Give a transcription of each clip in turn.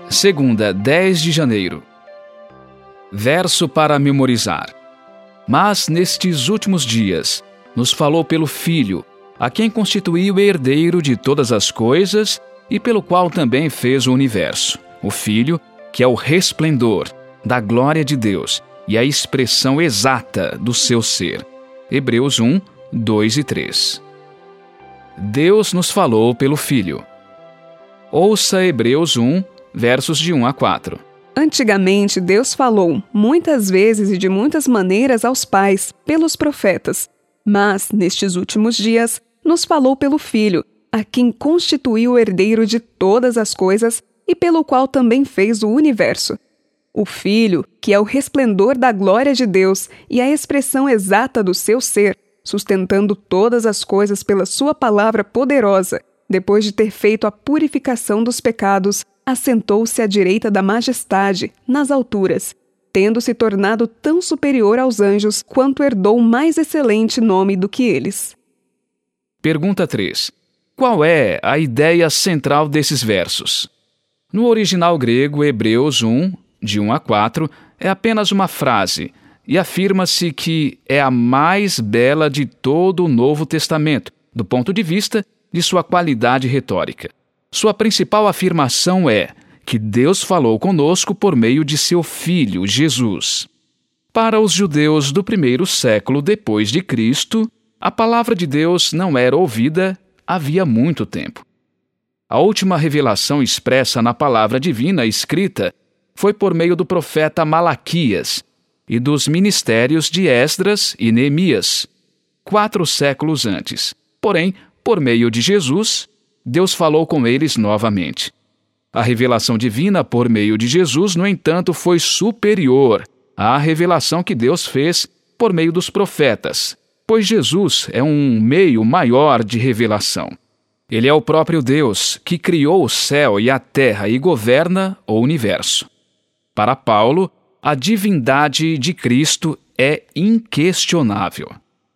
Segunda, 10 de janeiro. Verso para memorizar. Mas nestes últimos dias nos falou pelo Filho, a quem constituiu herdeiro de todas as coisas e pelo qual também fez o universo. O Filho, que é o resplendor da glória de Deus e a expressão exata do seu ser. Hebreus 1, 2 e 3. Deus nos falou pelo Filho. Ouça Hebreus 1, versos de 1 a 4. Antigamente, Deus falou muitas vezes e de muitas maneiras aos pais, pelos profetas. Mas, nestes últimos dias, nos falou pelo Filho, a quem constituiu o herdeiro de todas as coisas e pelo qual também fez o universo. O Filho, que é o resplendor da glória de Deus e a expressão exata do seu ser, sustentando todas as coisas pela sua palavra poderosa, depois de ter feito a purificação dos pecados, assentou-se à direita da majestade, nas alturas, tendo se tornado tão superior aos anjos quanto herdou mais excelente nome do que eles. Pergunta 3. Qual é a ideia central desses versos? No original grego, Hebreus 1, de 1 a 4, é apenas uma frase, e afirma-se que é a mais bela de todo o Novo Testamento, do ponto de vista de sua qualidade retórica. Sua principal afirmação é que Deus falou conosco por meio de seu Filho, Jesus. Para os judeus do primeiro século depois de Cristo, a palavra de Deus não era ouvida havia muito tempo. A última revelação expressa na palavra divina escrita foi por meio do profeta Malaquias e dos ministérios de Esdras e Neemias, 4 séculos antes. Porém, por meio de Jesus, Deus falou com eles novamente. A revelação divina por meio de Jesus, no entanto, foi superior à revelação que Deus fez por meio dos profetas, pois Jesus é um meio maior de revelação. Ele é o próprio Deus que criou o céu e a terra e governa o universo. Para Paulo, a divindade de Cristo é inquestionável.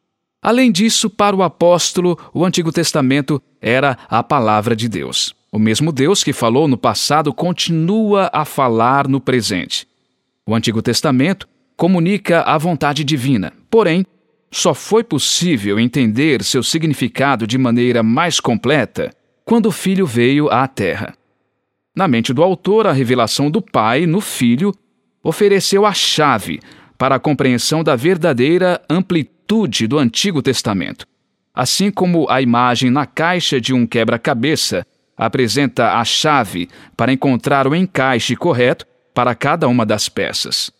Além disso, para o apóstolo, o Antigo Testamento era a palavra de Deus. O mesmo Deus que falou no passado continua a falar no presente. O Antigo Testamento comunica a vontade divina, porém, só foi possível entender seu significado de maneira mais completa quando o Filho veio à Terra. Na mente do autor, a revelação do Pai no Filho ofereceu a chave para a compreensão da verdadeira amplitude do Antigo Testamento. Assim como a imagem na caixa de um quebra-cabeça apresenta a chave para encontrar o encaixe correto para cada uma das peças.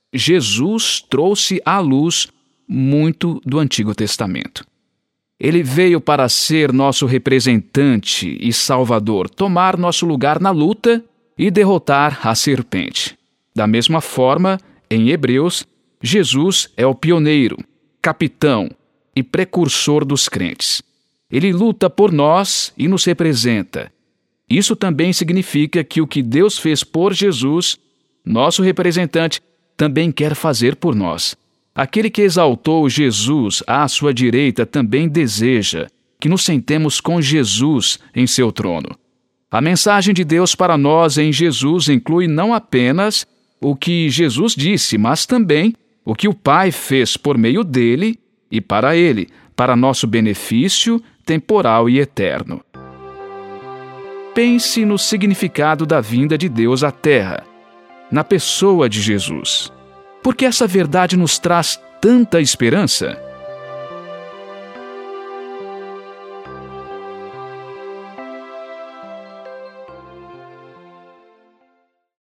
Jesus trouxe à luz muito do Antigo Testamento. Ele veio para ser nosso representante e salvador, tomar nosso lugar na luta e derrotar a serpente. Da mesma forma, em Hebreus, Jesus é o pioneiro, capitão e precursor dos crentes. Ele luta por nós e nos representa. Isso também significa que o que Deus fez por Jesus, nosso representante, também quer fazer por nós. Aquele que exaltou Jesus à sua direita também deseja que nos sentemos com Jesus em seu trono. A mensagem de Deus para nós em Jesus inclui não apenas o que Jesus disse, mas também o que o Pai fez por meio dele e para ele, para nosso benefício temporal e eterno. Pense no significado da vinda de Deus à Terra, na pessoa de Jesus. Porque essa verdade nos traz tanta esperança?